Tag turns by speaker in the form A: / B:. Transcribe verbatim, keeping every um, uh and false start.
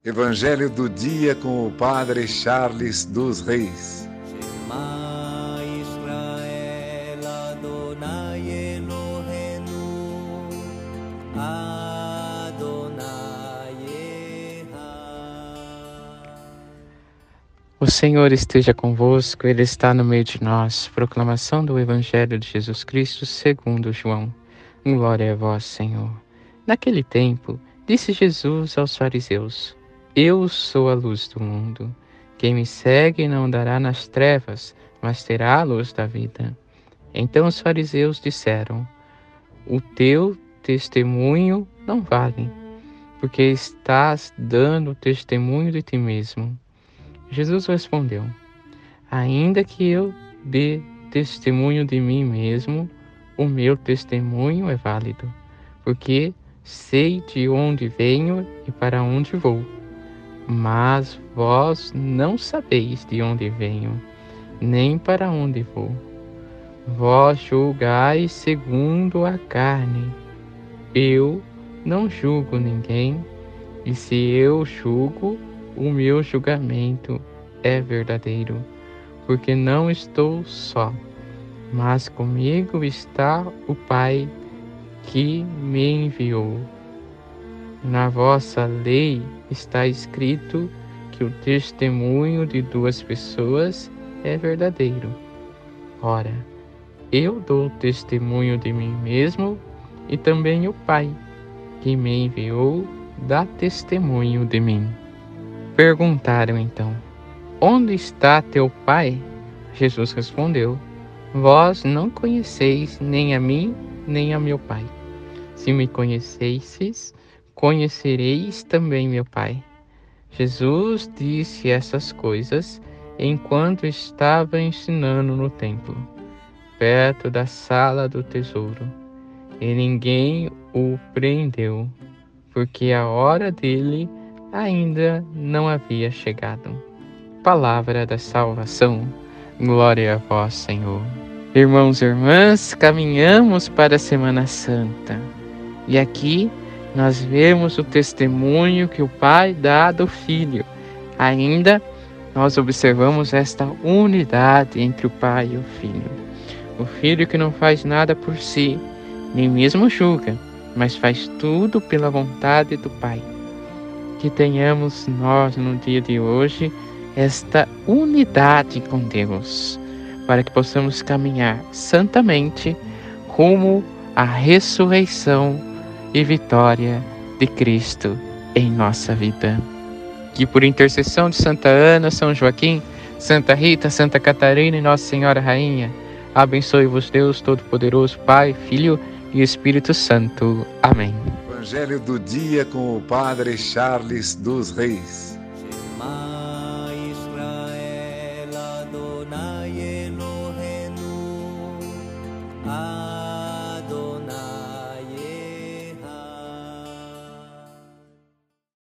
A: Evangelho do dia com o Padre Charles dos Reis.
B: Shema Israel Adonai Eloheinu Adonai Echad.
C: O Senhor esteja convosco, Ele está no meio de nós. Proclamação do Evangelho de Jesus Cristo segundo João. Glória a vós, Senhor. Naquele tempo, disse Jesus aos fariseus: Eu sou a luz do mundo. Quem me segue não andará nas trevas, mas terá a luz da vida. Então os fariseus disseram: O teu testemunho não vale, porque estás dando testemunho de ti mesmo. Jesus respondeu: Ainda que eu dê testemunho de mim mesmo, o meu testemunho é válido, porque sei de onde venho e para onde vou. Mas vós não sabeis de onde venho, nem para onde vou. Vós julgais segundo a carne. Eu não julgo ninguém, e se eu julgo, o meu julgamento é verdadeiro, porque não estou só, mas comigo está o Pai que me enviou. Na vossa lei está escrito que o testemunho de duas pessoas é verdadeiro. Ora, eu dou testemunho de mim mesmo, e também o Pai que me enviou dá testemunho de mim. Perguntaram então: Onde está teu Pai? Jesus respondeu: Vós não conheceis nem a mim, nem a meu Pai. Se me conhecesseis, conhecereis também meu Pai. Jesus disse essas coisas enquanto estava ensinando no templo, perto da sala do tesouro, e ninguém o prendeu, porque a hora dele ainda não havia chegado. Palavra da salvação. Glória a vós, Senhor. Irmãos e irmãs, caminhamos para a Semana Santa. E aqui nós vemos o testemunho que o Pai dá do Filho. Ainda nós observamos esta unidade entre o Pai e o Filho. O Filho que não faz nada por si, nem mesmo julga, mas faz tudo pela vontade do Pai. Que tenhamos nós no dia de hoje esta unidade com Deus, para que possamos caminhar santamente rumo à ressurreição e vitória de Cristo em nossa vida. Que por intercessão de Santa Ana, São Joaquim, Santa Rita, Santa Catarina e Nossa Senhora Rainha, abençoe-vos Deus Todo-Poderoso, Pai, Filho e Espírito Santo. Amém.
A: Evangelho do dia com o Padre Charles dos Reis.
B: Shema Israel Adonai Eloheinu Adonai